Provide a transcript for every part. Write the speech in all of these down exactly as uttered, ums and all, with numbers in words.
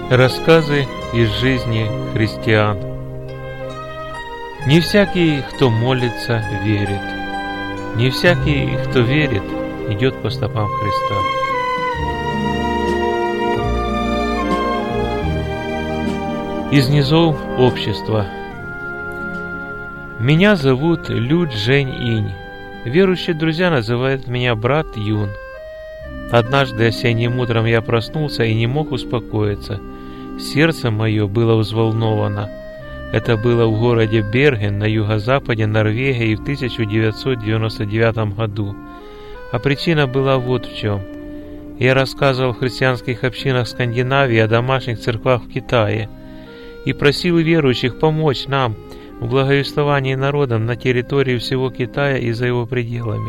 Рассказы из жизни христиан. Не всякий, кто молится, верит. Не всякий, кто верит, идет по стопам Христа. Из низов общества. Меня зовут Лю Джень Инь. Верующие друзья называют меня брат Юн. Однажды осенним утром я проснулся и не мог успокоиться. Сердце мое было взволновано. Это было в городе Берген на юго-западе Норвегии в тысяча девятьсот девяносто девятом году. А причина была вот в чем. Я рассказывал в христианских общинах Скандинавии о домашних церквах в Китае и просил верующих помочь нам в благовествовании народам на территории всего Китая и за его пределами.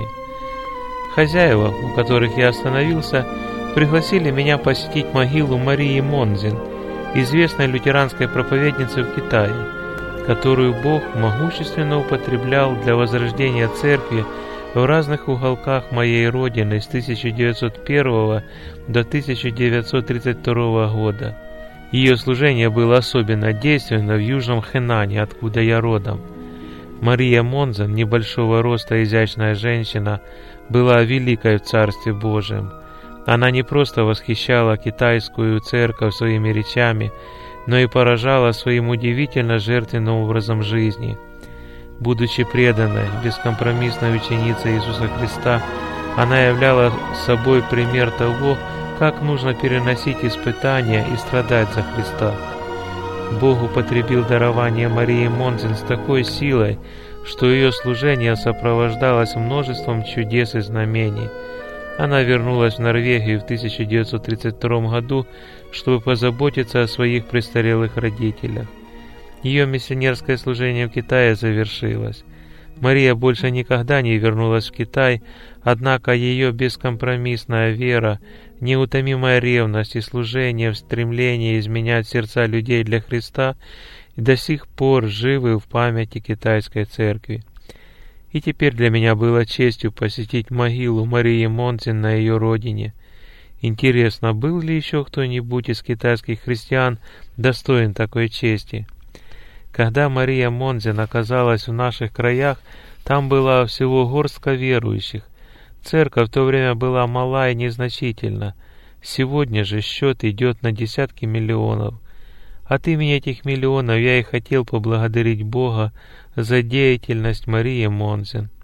Хозяева, у которых я остановился, пригласили меня посетить могилу Марии Монзин, известной лютеранской проповедницы в Китае, которую Бог могущественно употреблял для возрождения церкви в разных уголках моей родины с тысяча девятьсот первого до тысяча девятьсот тридцать второго года. Ее служение было особенно действенно в Южном Хэнане, откуда я родом. Мария Монзин, небольшого роста изящная женщина, была великой в Царстве Божьем. Она не просто восхищала китайскую церковь своими речами, но и поражала своим удивительно жертвенным образом жизни. Будучи преданной, бескомпромиссной ученицей Иисуса Христа, она являла собой пример того, как нужно переносить испытания и страдать за Христа. Бог употребил дарование Марии Монзин с такой силой, что ее служение сопровождалось множеством чудес и знамений. Она вернулась в Норвегию в тысяча девятьсот тридцать втором году, чтобы позаботиться о своих престарелых родителях. Ее миссионерское служение в Китае завершилось. Мария больше никогда не вернулась в Китай, однако ее бескомпромиссная вера, неутомимая ревность и служение в стремлении изменять сердца людей для Христа до сих пор живы в памяти китайской церкви. И теперь для меня было честью посетить могилу Марии Монзин на ее родине. Интересно, был ли еще кто-нибудь из китайских христиан достоин такой чести? Когда Мария Монзин оказалась в наших краях, там была всего горстка верующих. Церковь в то время была мала и незначительна. Сегодня же счет идет на десятки миллионов. От имени этих миллионов я и хотел поблагодарить Бога за деятельность Марии Монзин.